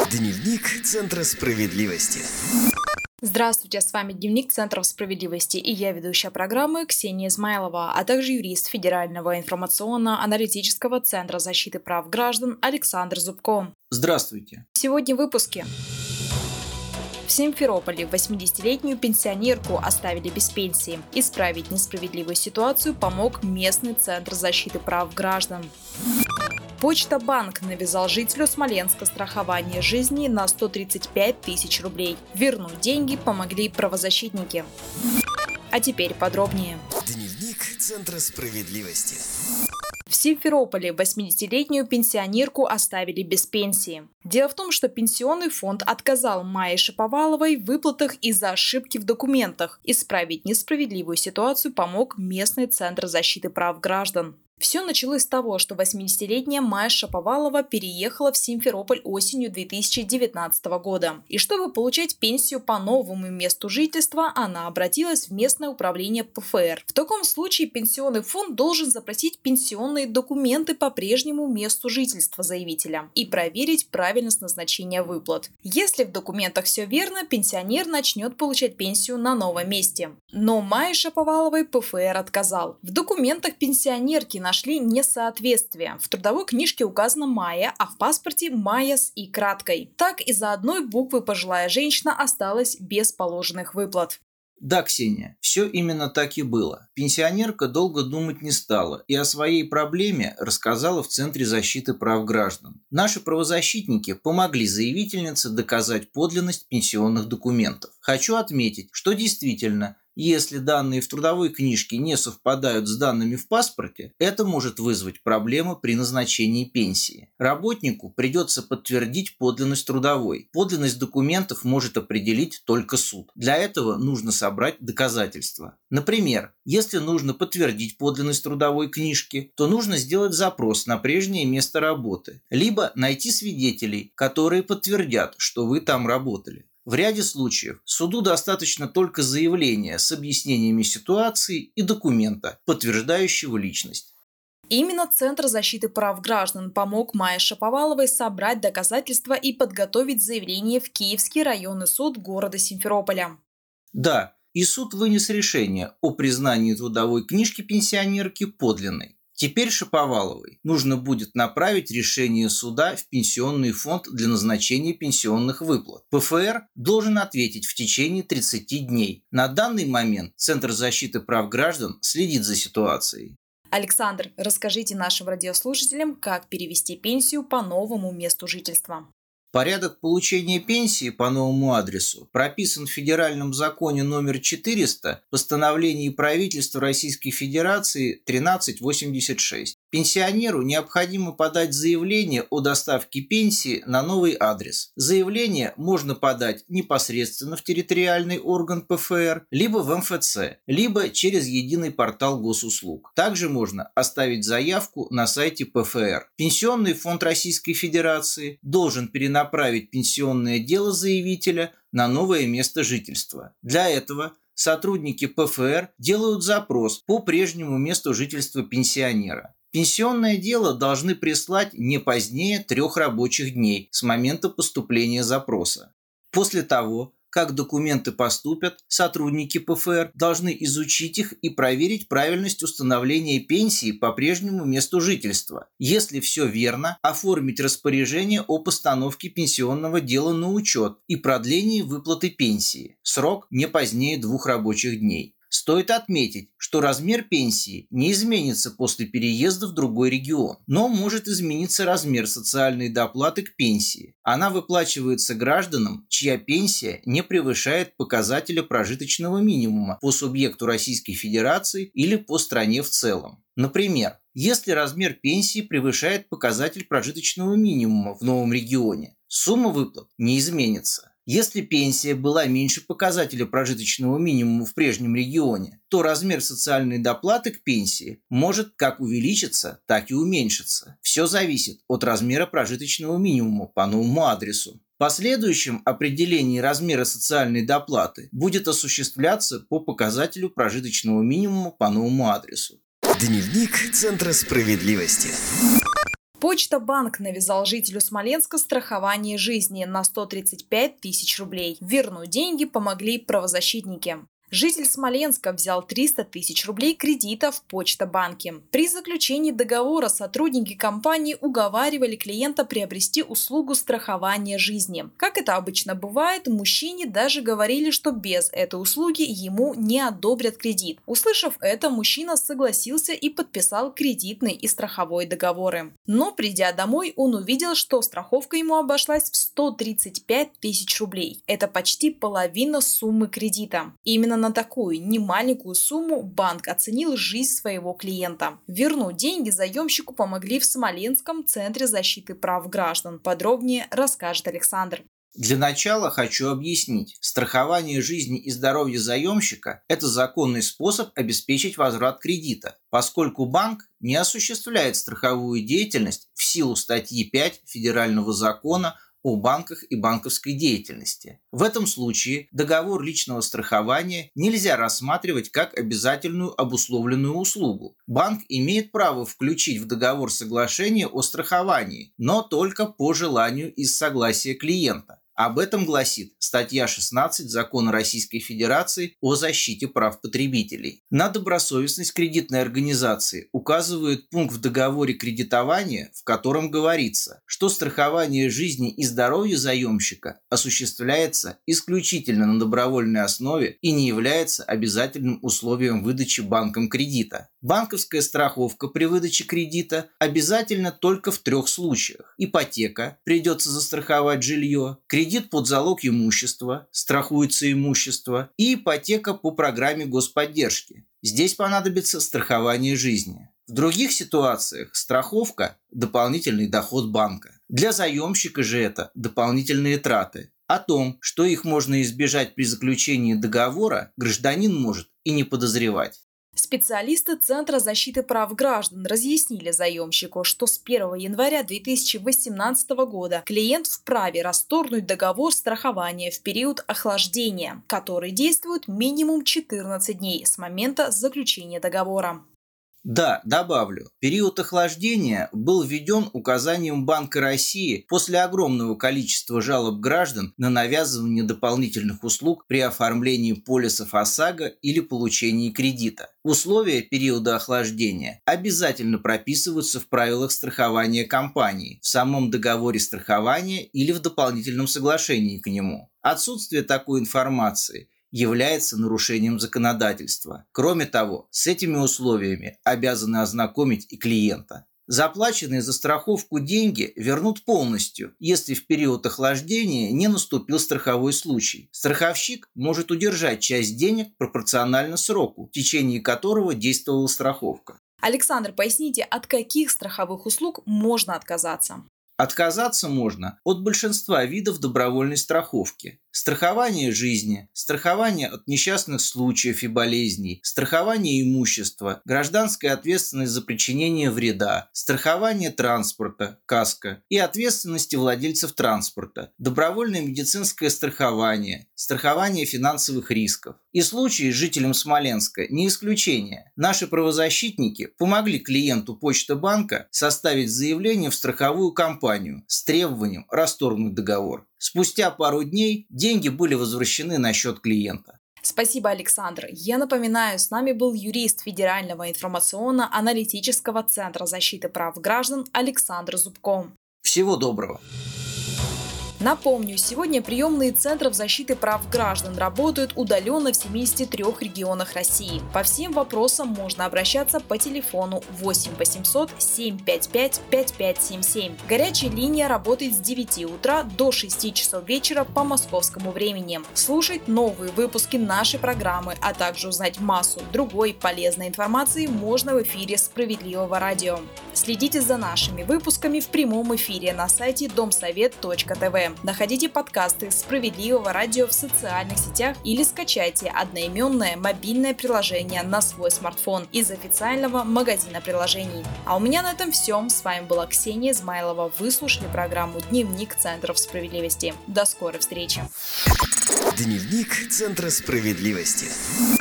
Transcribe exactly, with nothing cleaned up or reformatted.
Дневник Центра справедливости. Здравствуйте, с вами Дневник Центра справедливости и я ведущая программы Ксения Измайлова, а также юрист Федерального информационно-аналитического центра защиты прав граждан Александр Зубко. Здравствуйте. Сегодня в выпуске. В Симферополе восьмидесятилетнюю пенсионерку оставили без пенсии. Исправить несправедливую ситуацию помог местный центр защиты прав граждан. Почта-банк навязал жителю Смоленска страхование жизни на сто тридцать пять тысяч рублей. Вернуть деньги помогли правозащитники. А теперь подробнее. Дневник Центра справедливости. В Симферополе восьмидесятилетнюю пенсионерку оставили без пенсии. Дело в том, что пенсионный фонд отказал Майе Шаповаловой в выплатах из-за ошибки в документах. Исправить несправедливую ситуацию помог местный центр защиты прав граждан. Все началось с того, что восьмидесятилетняя Майя Шаповалова переехала в Симферополь осенью две тысячи девятнадцатого года. И чтобы получать пенсию по новому месту жительства, она обратилась в местное управление пэ эф эр. В таком случае пенсионный фонд должен запросить пенсионные документы по прежнему месту жительства заявителя и проверить правильность назначения выплат. Если в документах все верно, пенсионер начнет получать пенсию на новом месте. Но Майе Шаповаловой пэ эф эр отказал. В документах пенсионерки нашли несоответствие. В трудовой книжке указана Майя, а в паспорте Майя с и краткой. Так из-за одной буквы пожилая женщина осталась без положенных выплат. Да, Ксения, все именно так и было. Пенсионерка долго думать не стала и о своей проблеме рассказала в Центре защиты прав граждан. Наши правозащитники помогли заявительнице доказать подлинность пенсионных документов. Хочу отметить, что действительно, если данные в трудовой книжке не совпадают с данными в паспорте, это может вызвать проблемы при назначении пенсии. Работнику придется подтвердить подлинность трудовой. Подлинность документов может определить только суд. Для этого нужно собрать доказательства. Например, если нужно подтвердить подлинность трудовой книжки, то нужно сделать запрос на прежнее место работы, либо найти свидетелей, которые подтвердят, что вы там работали. В ряде случаев суду достаточно только заявления с объяснениями ситуации и документа, подтверждающего личность. Именно Центр защиты прав граждан помог Майе Шаповаловой собрать доказательства и подготовить заявление в Киевский районный суд города Симферополя. Да, и суд вынес решение о признании трудовой книжки пенсионерки подлинной. Теперь Шаповаловой нужно будет направить решение суда в пенсионный фонд для назначения пенсионных выплат. пэ эф эр должен ответить в течение тридцати дней. На данный момент Центр защиты прав граждан следит за ситуацией. Александр, расскажите нашим радиослушателям, как перевести пенсию по новому месту жительства. Порядок получения пенсии по новому адресу прописан в Федеральном законе номер четыреста, постановлении правительства Российской Федерации тринадцать восемьдесят шесть. Пенсионеру необходимо подать заявление о доставке пенсии на новый адрес. Заявление можно подать непосредственно в территориальный орган пэ эф эр, либо в эм эф цэ, либо через единый портал госуслуг. Также можно оставить заявку на сайте пэ эф эр. Пенсионный фонд Российской Федерации должен перенаправить пенсионное дело заявителя на новое место жительства. Для этого сотрудники пэ эф эр делают запрос по прежнему месту жительства пенсионера. Пенсионное дело должны прислать не позднее трех рабочих дней с момента поступления запроса. После того, как документы поступят, сотрудники пэ эф эр должны изучить их и проверить правильность установления пенсии по прежнему месту жительства. Если все верно, оформить распоряжение о постановке пенсионного дела на учет и продлении выплаты пенсии. Срок не позднее двух рабочих дней. Стоит отметить, что размер пенсии не изменится после переезда в другой регион, но может измениться размер социальной доплаты к пенсии. Она выплачивается гражданам, чья пенсия не превышает показателя прожиточного минимума по субъекту Российской Федерации или по стране в целом. Например, если размер пенсии превышает показатель прожиточного минимума в новом регионе, сумма выплат не изменится. Если пенсия была меньше показателя прожиточного минимума в прежнем регионе, то размер социальной доплаты к пенсии может как увеличиться, так и уменьшиться. Все зависит от размера прожиточного минимума по новому адресу. В последующем определение размера социальной доплаты будет осуществляться по показателю прожиточного минимума по новому адресу. Дневник Центра справедливости. Почта-банк навязал жителю Смоленска страхование жизни на сто тридцать пять тысяч рублей. Вернуть деньги помогли правозащитники. Житель Смоленска взял триста тысяч рублей кредита в Почта-банке. При заключении договора сотрудники компании уговаривали клиента приобрести услугу страхования жизни. Как это обычно бывает, мужчине даже говорили, что без этой услуги ему не одобрят кредит. Услышав это, мужчина согласился и подписал кредитный и страховой договоры. Но придя домой, он увидел, что страховка ему обошлась в сто тридцать пять тысяч рублей. Это почти половина суммы кредита. Именно на такую немаленькую сумму банк оценил жизнь своего клиента. Вернуть деньги заемщику помогли в Смоленском центре защиты прав граждан. Подробнее расскажет Александр. Для начала хочу объяснить. Страхование жизни и здоровья заемщика – это законный способ обеспечить возврат кредита, поскольку банк не осуществляет страховую деятельность в силу статьи пять Федерального закона о банках и банковской деятельности. В этом случае договор личного страхования нельзя рассматривать как обязательную обусловленную услугу. Банк имеет право включить в договор соглашение о страховании, но только по желанию и с согласия клиента. Об этом гласит статья шестнадцать Закона Российской Федерации о защите прав потребителей. На добросовестность кредитной организации указывает пункт в договоре кредитования, в котором говорится, что страхование жизни и здоровья заемщика осуществляется исключительно на добровольной основе и не является обязательным условием выдачи банком кредита. Банковская страховка при выдаче кредита обязательна только в трех случаях. Ипотека, придется застраховать жилье, кредит под залог имущества, страхуется имущество, и ипотека по программе господдержки. Здесь понадобится страхование жизни. В других ситуациях страховка – дополнительный доход банка. Для заемщика же это дополнительные траты. О том, что их можно избежать при заключении договора, гражданин может и не подозревать. Специалисты Центра защиты прав граждан разъяснили заемщику, что с первого января две тысячи восемнадцатого года клиент вправе расторгнуть договор страхования в период охлаждения, который действует минимум четырнадцать дней с момента заключения договора. Да, добавлю, период охлаждения был введен указанием Банка России после огромного количества жалоб граждан на навязывание дополнительных услуг при оформлении полисов ОСАГО или получении кредита. Условия периода охлаждения обязательно прописываются в правилах страхования компании, в самом договоре страхования или в дополнительном соглашении к нему. Отсутствие такой информации является нарушением законодательства. Кроме того, с этими условиями обязаны ознакомить и клиента. Заплаченные за страховку деньги вернут полностью, если в период охлаждения не наступил страховой случай. Страховщик может удержать часть денег пропорционально сроку, в течение которого действовала страховка. Александр, поясните, от каких страховых услуг можно отказаться? Отказаться можно от большинства видов добровольной страховки. Страхование жизни, страхование от несчастных случаев и болезней, страхование имущества, гражданская ответственность за причинение вреда, страхование транспорта, каско и ответственности владельцев транспорта, добровольное медицинское страхование, страхование финансовых рисков. И случаи с жителем Смоленска не исключение. Наши правозащитники помогли клиенту Почта-банка составить заявление в страховую компанию с требованием расторгнуть договор. Спустя пару дней деньги были возвращены на счет клиента. Спасибо, Александр. Я напоминаю, с нами был юрист Федерального информационно-аналитического центра защиты прав граждан Александр Зубко. Всего доброго. Напомню, сегодня приемные центров защиты прав граждан работают удаленно в семидесяти трёх регионах России. По всем вопросам можно обращаться по телефону восемь восемьсот семь пять пять пять пять семь семь. Горячая линия работает с девяти утра до шести часов вечера по московскому времени. Слушать новые выпуски нашей программы, а также узнать массу другой полезной информации можно в эфире Справедливого радио. Следите за нашими выпусками в прямом эфире на сайте домсовет точка тв. Находите подкасты Справедливого радио в социальных сетях или скачайте одноименное мобильное приложение на свой смартфон из официального магазина приложений. А у меня на этом все. С вами была Ксения Измайлова. Вы слушали программу «Дневник Центров справедливости». До скорой встречи. Дневник Центра справедливости.